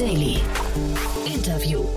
Daily. Interview.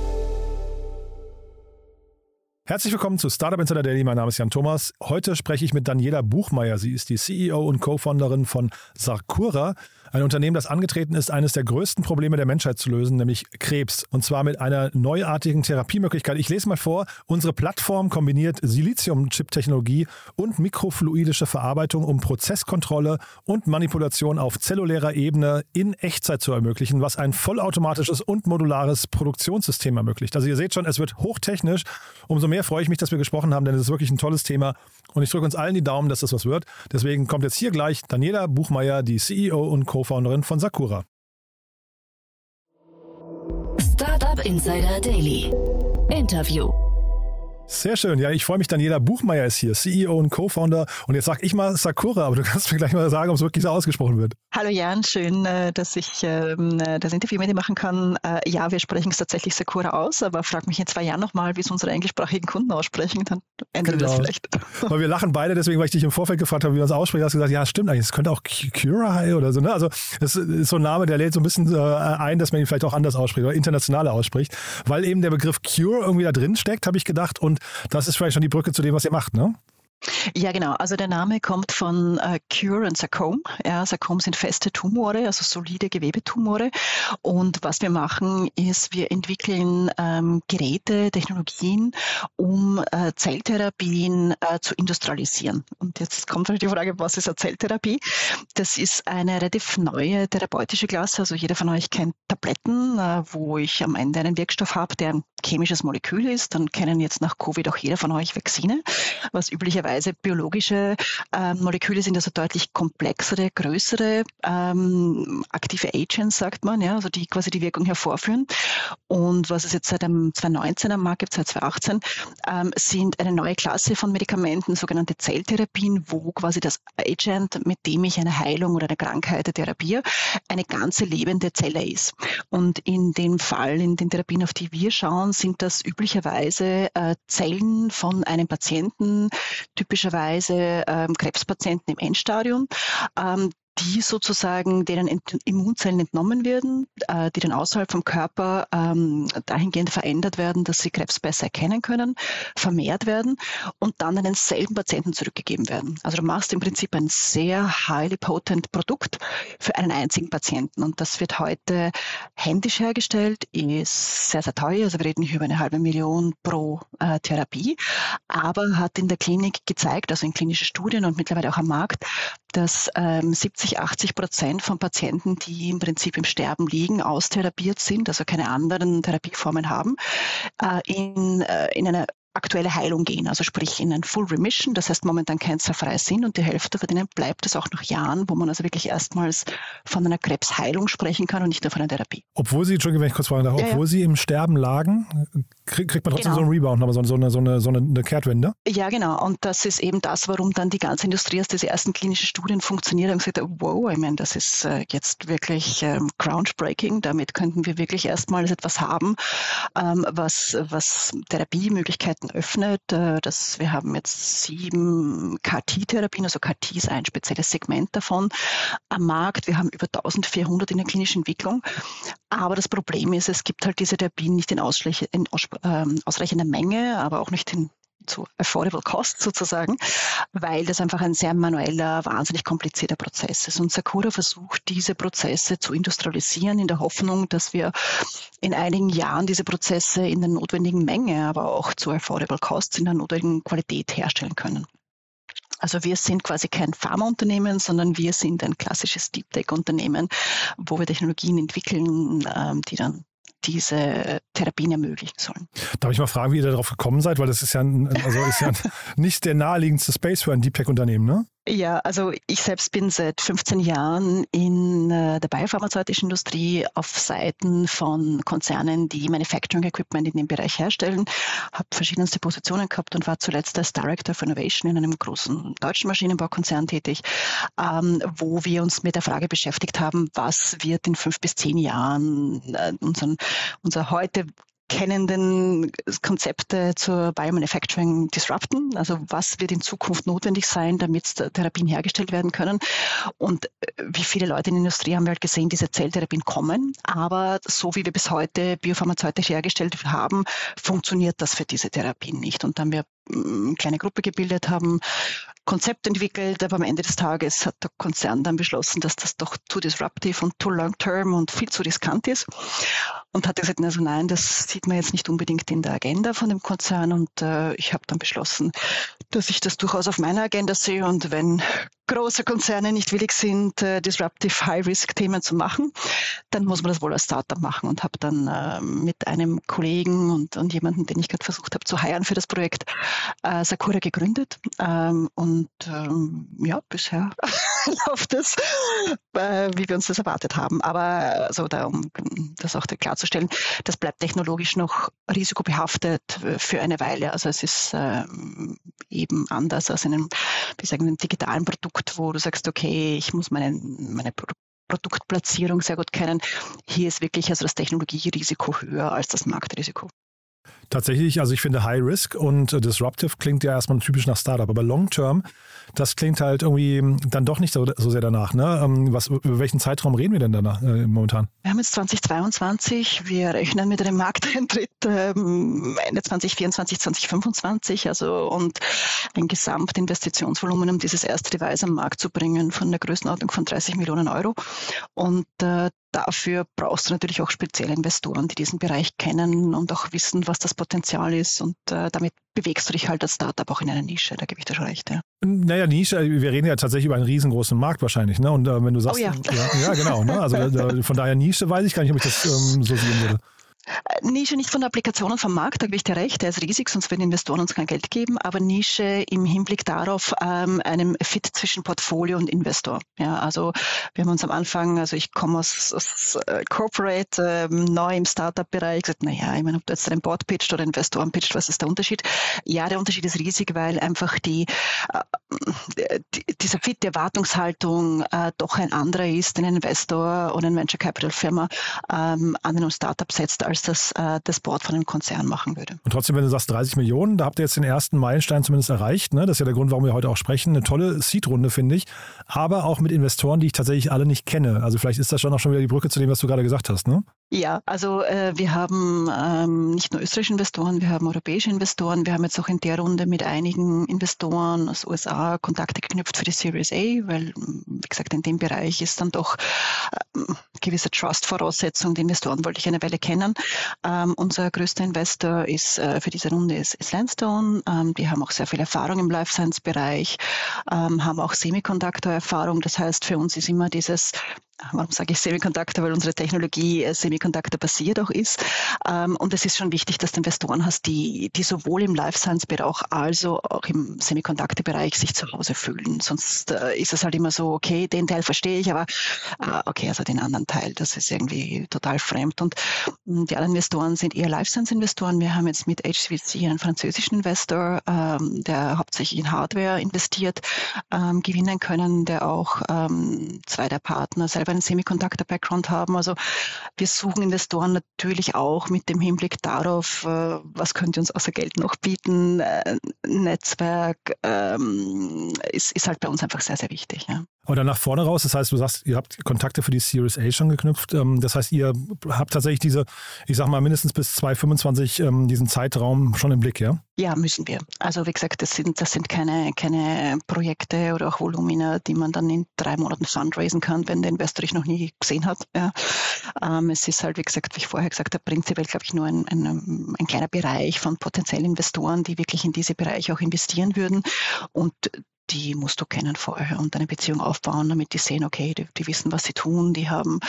Herzlich willkommen zu Startup Insider Daily. Mein Name ist Jan Thomas. Heute spreche ich mit Daniela Buchmeier. Sie ist die CEO und Co-Founderin von Sarcura, ein Unternehmen, das angetreten ist, eines der größten Probleme der Menschheit zu lösen, nämlich Krebs. Und zwar mit einer neuartigen Therapiemöglichkeit. Ich lese mal vor. Unsere Plattform kombiniert Silizium-Chip-Technologie und mikrofluidische Verarbeitung, um Prozesskontrolle und Manipulation auf zellulärer Ebene in Echtzeit zu ermöglichen, was ein vollautomatisches und modulares Produktionssystem ermöglicht. Also ihr seht schon, es wird hochtechnisch. Umso mehr freue ich mich, dass wir gesprochen haben, denn es ist wirklich ein tolles Thema. Und ich drücke uns allen die Daumen, dass das was wird. Deswegen kommt jetzt hier gleich Daniela Buchmeier, die CEO und Co-Founderin von Sarcura. Startup Insider Daily. Interview. Sehr schön. Ja, ich freue mich. Daniela Buchmeier ist hier, CEO und Co-Founder. Und jetzt sage ich mal Sarcura, aber du kannst mir gleich mal sagen, ob es wirklich so ausgesprochen wird. Hallo Jan, schön, dass ich das Interview mit dir machen kann. Ja, wir sprechen es tatsächlich Sarcura aus, aber frag mich in 2 Jahren nochmal, wie es unsere englischsprachigen Kunden aussprechen, dann ändern wir das vielleicht. Weil wir lachen beide, deswegen, weil ich dich im Vorfeld gefragt habe, wie man es ausspricht, hast du gesagt, ja, stimmt eigentlich, es könnte auch Cura oder so. Ne? Also das ist so ein Name, der lädt so ein bisschen ein, dass man ihn vielleicht auch anders ausspricht oder internationaler ausspricht, weil eben der Begriff Cure irgendwie da drin steckt, habe ich gedacht. Und das ist vielleicht schon die Brücke zu dem, was ihr macht, ne? Ja, genau. Also der Name kommt von Cure und Sarcom. Ja, Sarcom sind feste Tumore, also solide Gewebetumore. Und was wir machen, ist, wir entwickeln Geräte, Technologien, um Zelltherapien zu industrialisieren. Und jetzt kommt halt die Frage, was ist eine Zelltherapie? Das ist eine relativ neue therapeutische Klasse. Also jeder von euch kennt Tabletten, wo ich am Ende einen Wirkstoff habe, der ein chemisches Molekül ist. Dann kennen jetzt nach Covid auch jeder von euch Vakzine, was üblicherweise biologische Moleküle sind, also deutlich komplexere, größere aktive Agents, sagt man, ja, also die quasi die Wirkung hervorführen. Und was es jetzt seit 2019 am Markt gibt, seit 2018, sind eine neue Klasse von Medikamenten, sogenannte Zelltherapien, wo quasi das Agent, mit dem ich eine Heilung oder eine Krankheit therapiere, eine ganze lebende Zelle ist. Und in dem Fall, in den Therapien, auf die wir schauen, sind das üblicherweise Zellen von einem Patienten, typischerweise Krebspatienten im Endstadium, die sozusagen denen Immunzellen entnommen werden, die dann außerhalb vom Körper dahingehend verändert werden, dass sie Krebs besser erkennen können, vermehrt werden und dann an denselben Patienten zurückgegeben werden. Also du machst im Prinzip ein sehr highly potent Produkt für einen einzigen Patienten und das wird heute händisch hergestellt, ist sehr, sehr teuer, also wir reden hier über 500.000 pro Therapie, aber hat in der Klinik gezeigt, also in klinischen Studien und mittlerweile auch am Markt, dass 70-80% von Patienten, die im Prinzip im Sterben liegen, austherapiert sind, also keine anderen Therapieformen haben, in eine aktuelle Heilung gehen, also sprich in ein Full Remission, das heißt momentan cancerfrei sind und die Hälfte von denen bleibt es auch nach Jahren, wo man also wirklich erstmals von einer Krebsheilung sprechen kann und nicht nur von einer Therapie. Obwohl Sie, Entschuldigung, wenn ich kurz fragen darf, obwohl Sie im Sterben lagen, kriegt man trotzdem so einen Rebound, aber so eine Kehrtwende? Ja, genau. Und das ist eben das, warum dann die ganze Industrie aus diesen ersten klinischen Studien funktioniert und gesagt hat, wow, ich meine, das ist jetzt wirklich groundbreaking. Damit könnten wir wirklich erstmals etwas haben, was Therapiemöglichkeiten öffnet. Wir haben jetzt 7 CAR-T-Therapien, also CAR-T ist ein spezielles Segment davon am Markt. Wir haben über 1400 in der klinischen Entwicklung. Aber das Problem ist, es gibt halt diese Therapien nicht in ausreichender Menge, aber auch nicht zu affordable cost sozusagen, weil das einfach ein sehr manueller, wahnsinnig komplizierter Prozess ist. Und Sarcura versucht, diese Prozesse zu industrialisieren in der Hoffnung, dass wir in einigen Jahren diese Prozesse in der notwendigen Menge, aber auch zu affordable costs in der notwendigen Qualität herstellen können. Also wir sind quasi kein Pharmaunternehmen, sondern wir sind ein klassisches Deep Tech-Unternehmen, wo wir Technologien entwickeln, die dann diese Therapien ermöglichen sollen. Darf ich mal fragen, wie ihr darauf gekommen seid? Weil das ist ja nicht der naheliegendste Space für ein Deep Tech-Unternehmen, ne? Ja, also ich selbst bin seit 15 Jahren in der biopharmazeutischen Industrie auf Seiten von Konzernen, die Manufacturing Equipment in dem Bereich herstellen, habe verschiedenste Positionen gehabt und war zuletzt als Director of Innovation in einem großen deutschen Maschinenbaukonzern tätig, wo wir uns mit der Frage beschäftigt haben, was wird in 5 bis 10 Jahren unser heute kennenden Konzepte zur Biomanufacturing disrupten. Also was wird in Zukunft notwendig sein, damit Therapien hergestellt werden können? Und wie viele Leute in der Industrie haben wir halt gesehen, diese Zelltherapien kommen. Aber so wie wir bis heute biopharmazeutisch hergestellt haben, funktioniert das für diese Therapien nicht. Und dann haben wir eine kleine Gruppe gebildet, haben Konzept entwickelt, aber am Ende des Tages hat der Konzern dann beschlossen, dass das doch too disruptive und too long term und viel zu riskant ist und hat gesagt, also nein, das sieht man jetzt nicht unbedingt in der Agenda von dem Konzern und ich habe dann beschlossen, dass ich das durchaus auf meiner Agenda sehe und wenn große Konzerne nicht willig sind, disruptive High-Risk-Themen zu machen, dann muss man das wohl als Startup machen und habe dann mit einem Kollegen und jemanden, den ich gerade versucht habe zu hiren für das Projekt, Sakura gegründet bisher läuft es, wie wir uns das erwartet haben. Aber also um das auch klarzustellen, das bleibt technologisch noch risikobehaftet für eine Weile. Also es ist eben anders als in einem digitalen Produkt, wo du sagst, okay, ich muss meine Produktplatzierung sehr gut kennen. Hier ist wirklich also das Technologierisiko höher als das Marktrisiko. Tatsächlich, also ich finde High Risk und Disruptive klingt ja erstmal typisch nach Startup, aber Long Term, das klingt halt irgendwie dann doch nicht so sehr danach. Ne? Über welchen Zeitraum reden wir denn danach momentan? Wir haben jetzt 2022, wir rechnen mit einem Markteintritt Ende 2024, 2025, und ein Gesamtinvestitionsvolumen, um dieses erste Device am Markt zu bringen, von der Größenordnung von 30 Millionen Euro. Und dafür brauchst du natürlich auch spezielle Investoren, die diesen Bereich kennen und auch wissen, was das Potenzial ist. Und damit bewegst du dich halt als Startup auch in einer Nische, da gebe ich dir schon recht. Ja. Naja, Nische, wir reden ja tatsächlich über einen riesengroßen Markt wahrscheinlich. Ne? Und wenn du sagst, ja, genau. Ne? Also von daher Nische weiß ich gar nicht, ob ich das so sehen würde. Nische nicht von der Applikation und vom Markt, da gebe ich dir recht, der ist riesig, sonst würden Investoren uns kein Geld geben, aber Nische im Hinblick darauf, einem Fit zwischen Portfolio und Investor. Ja, also wir haben uns am Anfang, also ich komme aus Corporate, neu im Startup-Bereich, gesagt, ob du jetzt einen Board pitcht oder Investoren pitcht, was ist der Unterschied? Ja, der Unterschied ist riesig, weil einfach dieser Fit, die Erwartungshaltung doch ein anderer ist, den ein Investor oder eine Venture Capital Firma an einem Startup setzt, als das Board von einem Konzern machen würde. Und trotzdem, wenn du sagst 30 Millionen, da habt ihr jetzt den ersten Meilenstein zumindest erreicht. Ne? Das ist ja der Grund, warum wir heute auch sprechen. Eine tolle Seed-Runde, finde ich. Aber auch mit Investoren, die ich tatsächlich alle nicht kenne. Also vielleicht ist das schon auch schon wieder die Brücke zu dem, was du gerade gesagt hast, ne? Ja, also wir haben nicht nur österreichische Investoren, wir haben europäische Investoren. Wir haben jetzt auch in der Runde mit einigen Investoren aus USA Kontakte geknüpft für die Series A, weil, wie gesagt, in dem Bereich ist dann doch gewisse Trust-Voraussetzung. Die Investoren wollte ich eine Weile kennen. Unser größter Investor für diese Runde ist Sandstone. Die haben auch sehr viel Erfahrung im Life-Science-Bereich, haben auch Semiconductor-Erfahrung. Das heißt, für uns ist immer warum sage ich Semiconductor? Weil unsere Technologie Semiconductor-basiert auch ist. Und es ist schon wichtig, dass du Investoren hast, die sowohl im Life-Science-Bereich als auch im Semiconductor-Bereich sich zu Hause fühlen. Sonst ist es halt immer so, okay, den Teil verstehe ich, aber also den anderen Teil, das ist irgendwie total fremd. Und die anderen Investoren sind eher Life-Science-Investoren. Wir haben jetzt mit HCVC einen französischen Investor, der hauptsächlich in Hardware investiert, gewinnen können, der auch zwei der Partner selber einen Semiconductor-Background haben. Also wir suchen Investoren natürlich auch mit dem Hinblick darauf, was könnt ihr uns außer Geld noch bieten. Netzwerk ist halt bei uns einfach sehr, sehr wichtig. Ja. Aber dann nach vorne raus, das heißt, du sagst, ihr habt Kontakte für die Series A schon geknüpft. Das heißt, ihr habt tatsächlich mindestens bis 2025 diesen Zeitraum schon im Blick, ja? Ja, müssen wir. Also wie gesagt, das sind keine Projekte oder auch Volumina, die man dann in 3 Monaten fundraisen kann, wenn der Investor dich noch nie gesehen hat. Ja. Es ist halt, wie gesagt, wie ich vorher gesagt habe, prinzipiell, glaube ich, nur ein kleiner Bereich von potenziellen Investoren, die wirklich in diese Bereiche auch investieren würden. Und die musst du kennen vorher und eine Beziehung aufbauen, damit die sehen, okay, die wissen, was sie tun, die haben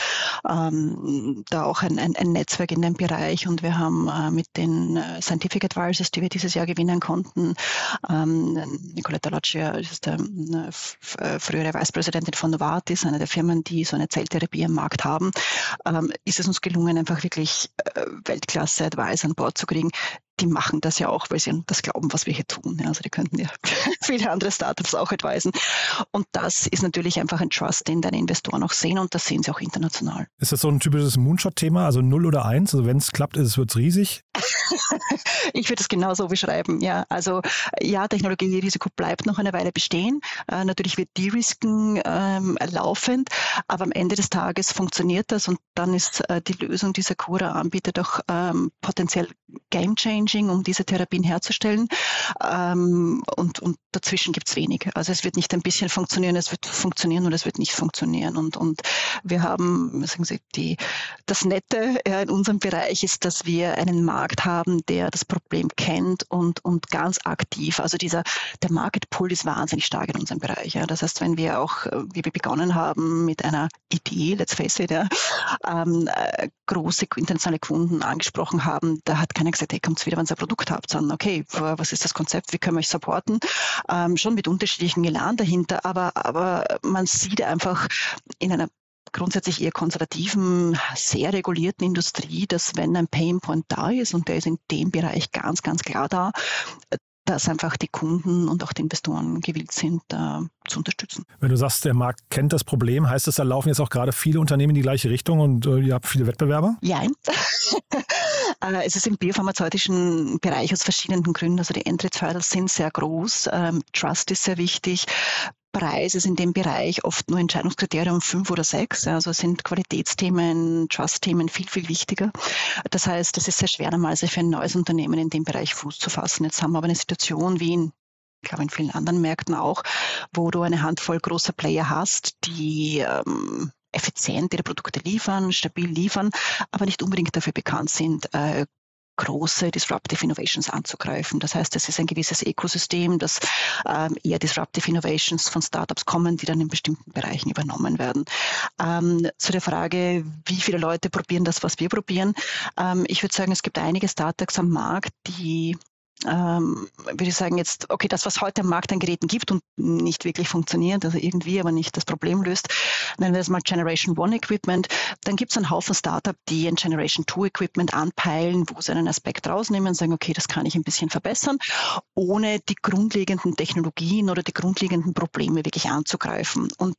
da auch ein Netzwerk in dem Bereich und wir haben mit den Scientific Advisors, die wir dieses Jahr gewinnen konnten, Nicoletta Loggia ist der frühere Vicepräsidentin von Novartis, eine der Firmen, die so eine Zelltherapie am Markt haben, ist es uns gelungen, einfach wirklich Weltklasse-Advisor an Bord zu kriegen, die machen das ja auch, weil sie an das glauben, was wir hier tun. Ja, also die könnten ja viele andere Startups auch advisen. Und das ist natürlich einfach ein Trust, den deine Investoren auch sehen und das sehen sie auch international. Ist das so ein typisches Moonshot-Thema, also 0 oder 1? Also wenn es klappt, wird es riesig? Ich würde es genauso beschreiben, ja. Also ja, Technologierisiko bleibt noch eine Weile bestehen. Natürlich wird De-Risken laufend, aber am Ende des Tages funktioniert das und dann ist die Lösung, die SAKURA anbietet, auch potenziell game-changing, um diese Therapien herzustellen. Und dazwischen gibt es wenig. Also es wird nicht ein bisschen funktionieren, es wird funktionieren oder es wird nicht funktionieren. Und wir haben, sagen Sie, das Nette in unserem Bereich ist, dass wir einen Markt haben, der das Problem kennt und ganz aktiv. Also der Market Pull ist wahnsinnig stark in unserem Bereich. Ja. Das heißt, wenn wir auch, wie wir begonnen haben, mit einer Idee, let's face it, große internationale Kunden angesprochen haben, da hat keiner gesagt, hey, kommt wieder, wenn ihr ein Produkt habt, sondern okay, was ist das Konzept, wie können wir euch supporten? Schon mit unterschiedlichen Elan dahinter, aber man sieht einfach in einer grundsätzlich eher konservativen, sehr regulierten Industrie, dass wenn ein Painpoint da ist und der ist in dem Bereich ganz, ganz klar da, dass einfach die Kunden und auch die Investoren gewillt sind, zu unterstützen. Wenn du sagst, der Markt kennt das Problem, heißt das, da laufen jetzt auch gerade viele Unternehmen in die gleiche Richtung und ihr habt viele Wettbewerber? Nein. Es ist im biopharmazeutischen Bereich aus verschiedenen Gründen. Also die Entry-Hurdles sind sehr groß. Trust ist sehr wichtig. Preis ist in dem Bereich oft nur Entscheidungskriterium 5 oder 6. Also sind Qualitätsthemen, Trust-Themen viel, viel wichtiger. Das heißt, es ist sehr schwer, normalerweise für ein neues Unternehmen in dem Bereich Fuß zu fassen. Jetzt haben wir aber eine Situation wie ich glaube in vielen anderen Märkten auch, wo du eine Handvoll großer Player hast, die effizient ihre Produkte liefern, stabil liefern, aber nicht unbedingt dafür bekannt sind, große Disruptive Innovations anzugreifen. Das heißt, es ist ein gewisses Ökosystem, das eher Disruptive Innovations von Startups kommen, die dann in bestimmten Bereichen übernommen werden. Zu der Frage, wie viele Leute probieren das, was wir probieren. Ich würde sagen, es gibt einige Startups am Markt, die würde ich sagen jetzt, okay, das, was heute am Markt an Geräten gibt und nicht wirklich funktioniert, also irgendwie aber nicht das Problem löst, nennen wir es mal Generation 1 Equipment, dann gibt es einen Haufen Startup, die ein Generation 2 Equipment anpeilen, wo sie einen Aspekt rausnehmen und sagen, okay, das kann ich ein bisschen verbessern, ohne die grundlegenden Technologien oder die grundlegenden Probleme wirklich anzugreifen. Und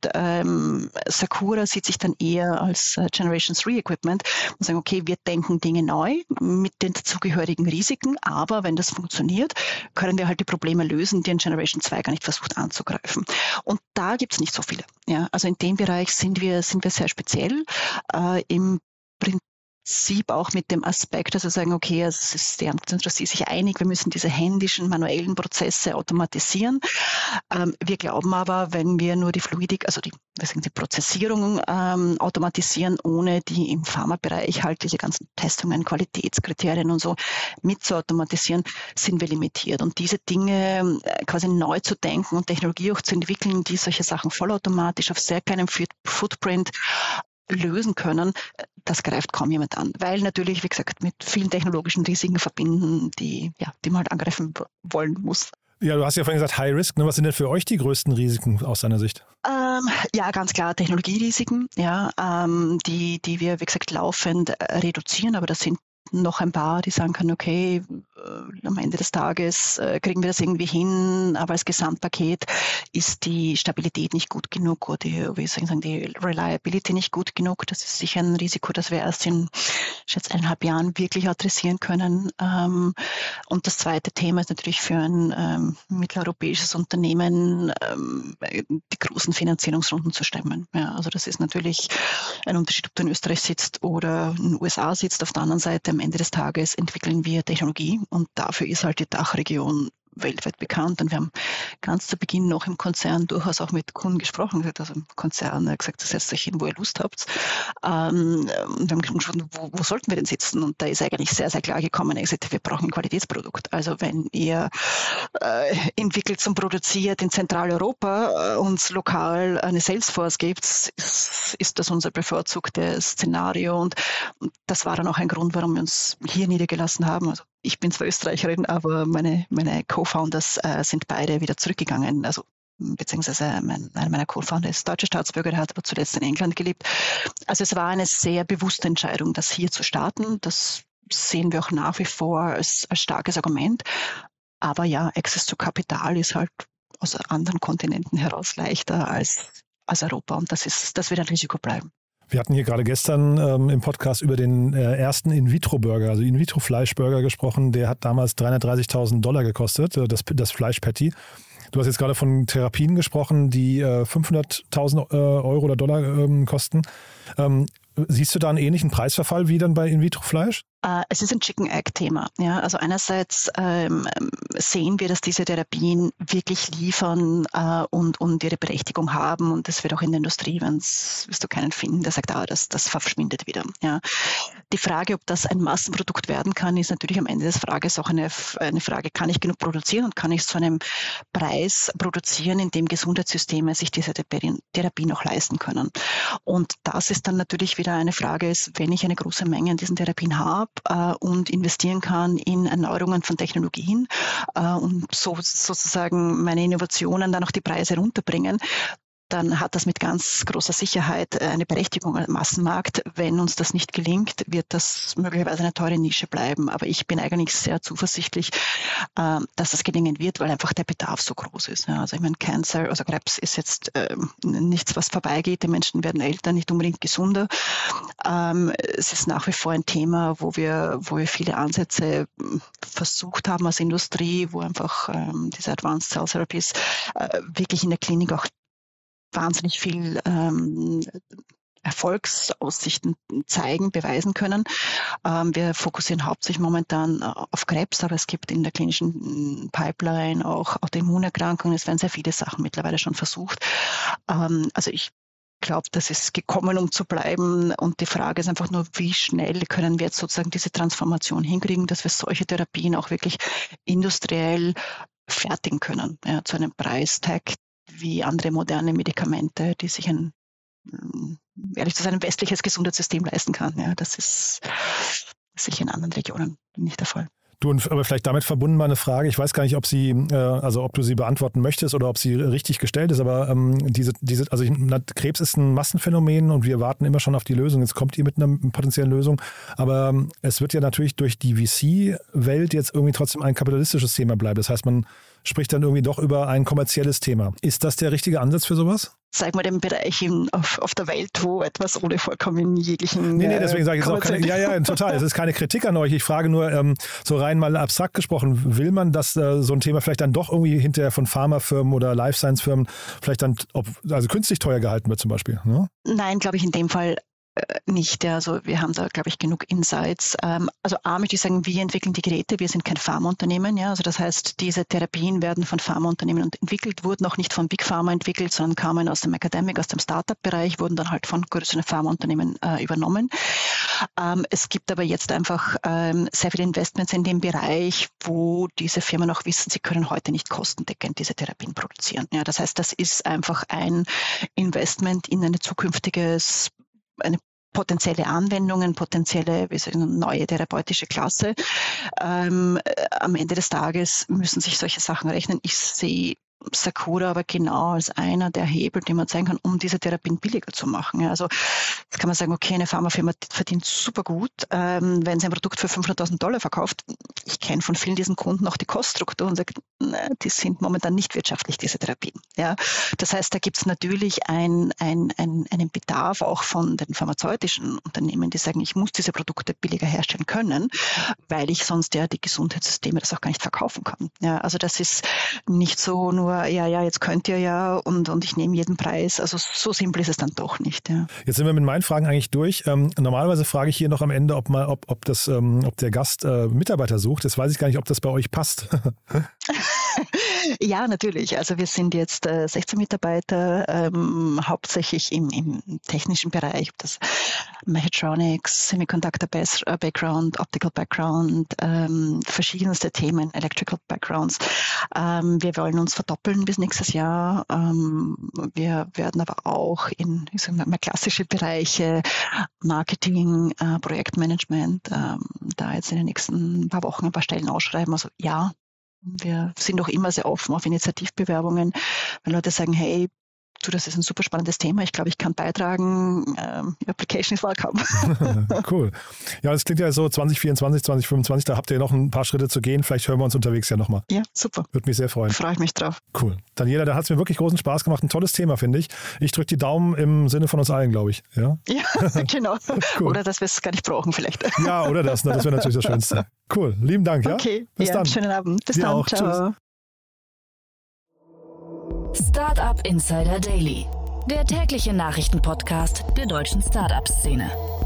SAKURA sieht sich dann eher als Generation 3 Equipment und sagen, okay, wir denken Dinge neu mit den dazugehörigen Risiken, aber wenn das funktioniert, können wir halt die Probleme lösen, die in Generation 2 gar nicht versucht anzugreifen. Und da gibt es nicht so viele. Ja? Also in dem Bereich sind wir sehr speziell. Im Prinzip auch mit dem Aspekt, dass wir sagen, okay, es ist die Industrie sich einig, wir müssen diese händischen, manuellen Prozesse automatisieren. Wir glauben aber, wenn wir nur die Fluidik, also die Prozessierung automatisieren, ohne die im Pharmabereich halt diese ganzen Testungen, Qualitätskriterien und so mit zu automatisieren, sind wir limitiert. Und diese Dinge quasi neu zu denken und Technologie auch zu entwickeln, die solche Sachen vollautomatisch auf sehr kleinem Footprint lösen können, das greift kaum jemand an. Weil natürlich, wie gesagt, mit vielen technologischen Risiken verbinden, die man halt angreifen wollen muss. Ja, du hast ja vorhin gesagt High Risk. Was sind denn für euch die größten Risiken aus deiner Sicht? Ja, ganz klar Technologierisiken, die wir, wie gesagt, laufend reduzieren, aber das sind noch ein paar, die sagen können, okay, am Ende des Tages kriegen wir das irgendwie hin, aber als Gesamtpaket ist die Stabilität nicht gut genug oder die Reliability nicht gut genug. Das ist sicher ein Risiko, das wir erst in 1,5 Jahren wirklich adressieren können. Und das zweite Thema ist natürlich für ein mitteleuropäisches Unternehmen, die großen Finanzierungsrunden zu stemmen. Ja, also das ist natürlich ein Unterschied, ob du in Österreich sitzt oder in den USA sitzt. Auf der anderen Seite, am Ende des Tages entwickeln wir Technologie und dafür ist halt die Dachregion weltweit bekannt. Und wir haben ganz zu Beginn noch im Konzern durchaus auch mit Kunden gesprochen. Also im Konzern hat gesagt, setzt euch hin, wo ihr Lust habt. Und wir haben gesprochen, wo sollten wir denn sitzen? Und da ist eigentlich sehr, sehr klar gekommen, er hat gesagt, wir brauchen ein Qualitätsprodukt. Also wenn ihr entwickelt und produziert in Zentraleuropa uns lokal eine Salesforce gibt, ist das unser bevorzugtes Szenario. Und das war dann auch ein Grund, warum wir uns hier niedergelassen haben. Also ich bin zwar Österreicherin, aber meine Co-Founders sind beide wieder zurückgegangen. Also beziehungsweise einer meiner Co-Founder ist deutscher Staatsbürger, der hat aber zuletzt in England gelebt. Also es war eine sehr bewusste Entscheidung, das hier zu starten. Das sehen wir auch nach wie vor als starkes Argument. Aber ja, Access zu Kapital ist halt aus anderen Kontinenten heraus leichter als Europa und das wird ein Risiko bleiben. Wir hatten hier gerade gestern im Podcast über den ersten In-vitro-Burger, also In-vitro-Fleischburger gesprochen. Der hat damals $330.000 gekostet, das Fleischpatty. Du hast jetzt gerade von Therapien gesprochen, die 500.000 Euro oder Dollar kosten. Siehst du da einen ähnlichen Preisverfall wie dann bei In-vitro-Fleisch? Es ist ein Chicken-Egg-Thema. Ja? Also einerseits sehen wir, dass diese Therapien wirklich liefern und ihre Berechtigung haben. Und das wird auch in der Industrie, wirst du keinen finden, der sagt, das verschwindet wieder. Ja? Die Frage, ob das ein Massenprodukt werden kann, ist natürlich am Ende des Tages auch eine Frage, kann ich genug produzieren und kann ich zu einem Preis produzieren, in dem Gesundheitssysteme sich diese Therapie noch leisten können. Und das ist dann natürlich wieder eine Frage, ist, wenn ich eine große Menge an diesen Therapien habe, und investieren kann in Erneuerungen von Technologien und sozusagen meine Innovationen dann auch die Preise runterbringen, dann hat das mit ganz großer Sicherheit eine Berechtigung am Massenmarkt. Wenn uns das nicht gelingt, wird das möglicherweise eine teure Nische bleiben. Aber ich bin eigentlich sehr zuversichtlich, dass das gelingen wird, weil einfach der Bedarf so groß ist. Ja, also ich meine, Krebs ist jetzt nichts, was vorbeigeht. Die Menschen werden älter, nicht unbedingt gesunder. Es ist nach wie vor ein Thema, wo wir viele Ansätze versucht haben als Industrie, wo einfach diese Advanced Cell Therapies wirklich in der Klinik auch wahnsinnig viel Erfolgsaussichten beweisen können. Wir fokussieren hauptsächlich momentan auf Krebs, aber es gibt in der klinischen Pipeline auch Autoimmunerkrankungen. Es werden sehr viele Sachen mittlerweile schon versucht. Also ich glaube, das ist gekommen, um zu bleiben. Und die Frage ist einfach nur, wie schnell können wir jetzt sozusagen diese Transformation hinkriegen, dass wir solche Therapien auch wirklich industriell fertigen können, ja, zu einem Preistag wie andere moderne Medikamente, die sich ehrlich zu sein, ein westliches Gesundheitssystem leisten kann. Ja, das ist sicher in anderen Regionen nicht der Fall. Du, aber vielleicht damit verbunden mal eine Frage. Ich weiß gar nicht, ob du sie beantworten möchtest oder ob sie richtig gestellt ist, aber Krebs ist ein Massenphänomen und wir warten immer schon auf die Lösung. Jetzt kommt ihr mit einer potenziellen Lösung, aber es wird ja natürlich durch die VC-Welt jetzt irgendwie trotzdem ein kapitalistisches Thema bleiben. Das heißt, man spricht dann irgendwie doch über ein kommerzielles Thema. Ist das der richtige Ansatz für sowas? Sag mal, den Bereich auf der Welt, wo etwas ohne vollkommen jeglichen... Nee, deswegen sage ich es auch keine... Ja, total. Es ist keine Kritik an euch. Ich frage nur, so rein mal abstrakt gesprochen, will man, dass so ein Thema vielleicht dann doch irgendwie hinterher von Pharmafirmen oder Life-Science-Firmen vielleicht dann künstlich teuer gehalten wird zum Beispiel? Ne? Nein, glaube ich in dem Fall nicht. Also wir haben da, glaube ich, genug Insights. Also A, möchte ich sagen, wir entwickeln die Geräte, wir sind kein Pharmaunternehmen. Ja? Also das heißt, diese Therapien werden von Pharmaunternehmen entwickelt, wurden auch nicht von Big Pharma entwickelt, sondern kamen aus dem Academic, aus dem Startup-Bereich, wurden dann halt von größeren Pharmaunternehmen übernommen. Es gibt aber jetzt einfach sehr viele Investments in dem Bereich, wo diese Firmen auch wissen, sie können heute nicht kostendeckend diese Therapien produzieren. Ja? Das heißt, das ist einfach ein Investment in eine potenzielle Anwendungen, neue therapeutische Klasse. Am Ende des Tages müssen sich solche Sachen rechnen. Ich sehe Sakura aber genau als einer der Hebel, die man zeigen kann, um diese Therapien billiger zu machen. Also jetzt kann man sagen, okay, eine Pharmafirma verdient super gut, wenn sie ein Produkt für $500.000 verkauft. Ich kenne von vielen diesen Kunden auch die Koststruktur und sage, die sind momentan nicht wirtschaftlich, diese Therapien. Ja, das heißt, da gibt es natürlich einen Bedarf auch von den pharmazeutischen Unternehmen, die sagen, ich muss diese Produkte billiger herstellen können, weil ich sonst die Gesundheitssysteme das auch gar nicht verkaufen kann. Ja, also das ist nicht so nur jetzt könnt ihr ja und ich nehme jeden Preis. Also so simpel ist es dann doch nicht. Ja. Jetzt sind wir mit meinen Fragen eigentlich durch. Normalerweise frage ich hier noch am Ende, ob der Gast Mitarbeiter sucht. Jetzt weiß ich gar nicht, ob das bei euch passt. Ja, natürlich. Also wir sind jetzt 16 Mitarbeiter, hauptsächlich im technischen Bereich, ob das Mechatronics, Semiconductor Background, Optical Background, verschiedenste Themen, Electrical Backgrounds. Wir wollen uns verdoppeln bis nächstes Jahr. Wir werden aber auch in klassische Bereiche, Marketing, Projektmanagement, da jetzt in den nächsten paar Wochen ein paar Stellen ausschreiben. Also ja, wir sind auch immer sehr offen auf Initiativbewerbungen, wenn Leute sagen, hey, das ist ein super spannendes Thema. Ich glaube, ich kann beitragen. Application is welcome. Cool. Ja, das klingt ja so 2024, 2025, da habt ihr noch ein paar Schritte zu gehen. Vielleicht hören wir uns unterwegs ja nochmal. Ja, super. Würde mich sehr freuen. Freue ich mich drauf. Cool. Daniela, da hat es mir wirklich großen Spaß gemacht. Ein tolles Thema, finde ich. Ich drücke die Daumen im Sinne von uns allen, glaube ich. Ja, Genau. Cool. Oder dass wir es gar nicht brauchen vielleicht. Ja, oder das. Das wäre natürlich das Schönste. Cool. Lieben Dank. Ja? Okay. Bis dann. Schönen Abend. Bis Dir dann. auch. Ciao. Tschüss. Startup Insider Daily, der tägliche Nachrichtenpodcast der deutschen Startup-Szene.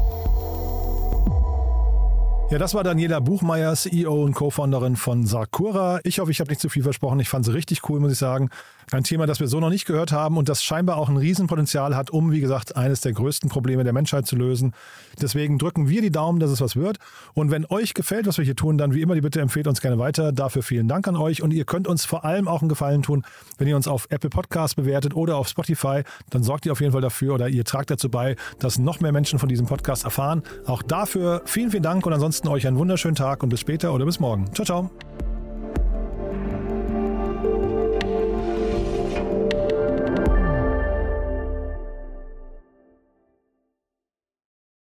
Ja, das war Daniela Buchmeier, CEO und Co-Founderin von Sarcura. Ich hoffe, ich habe nicht zu viel versprochen. Ich fand sie richtig cool, muss ich sagen. Ein Thema, das wir so noch nicht gehört haben und das scheinbar auch ein Riesenpotenzial hat, um, wie gesagt, eines der größten Probleme der Menschheit zu lösen. Deswegen drücken wir die Daumen, dass es was wird. Und wenn euch gefällt, was wir hier tun, dann wie immer die Bitte, empfehlt uns gerne weiter. Dafür vielen Dank an euch. Und ihr könnt uns vor allem auch einen Gefallen tun, wenn ihr uns auf Apple Podcasts bewertet oder auf Spotify. Dann sorgt ihr auf jeden Fall dafür oder ihr tragt dazu bei, dass noch mehr Menschen von diesem Podcast erfahren. Auch dafür vielen, vielen Dank und ansonsten euch einen wunderschönen Tag und bis später oder bis morgen. Ciao, ciao.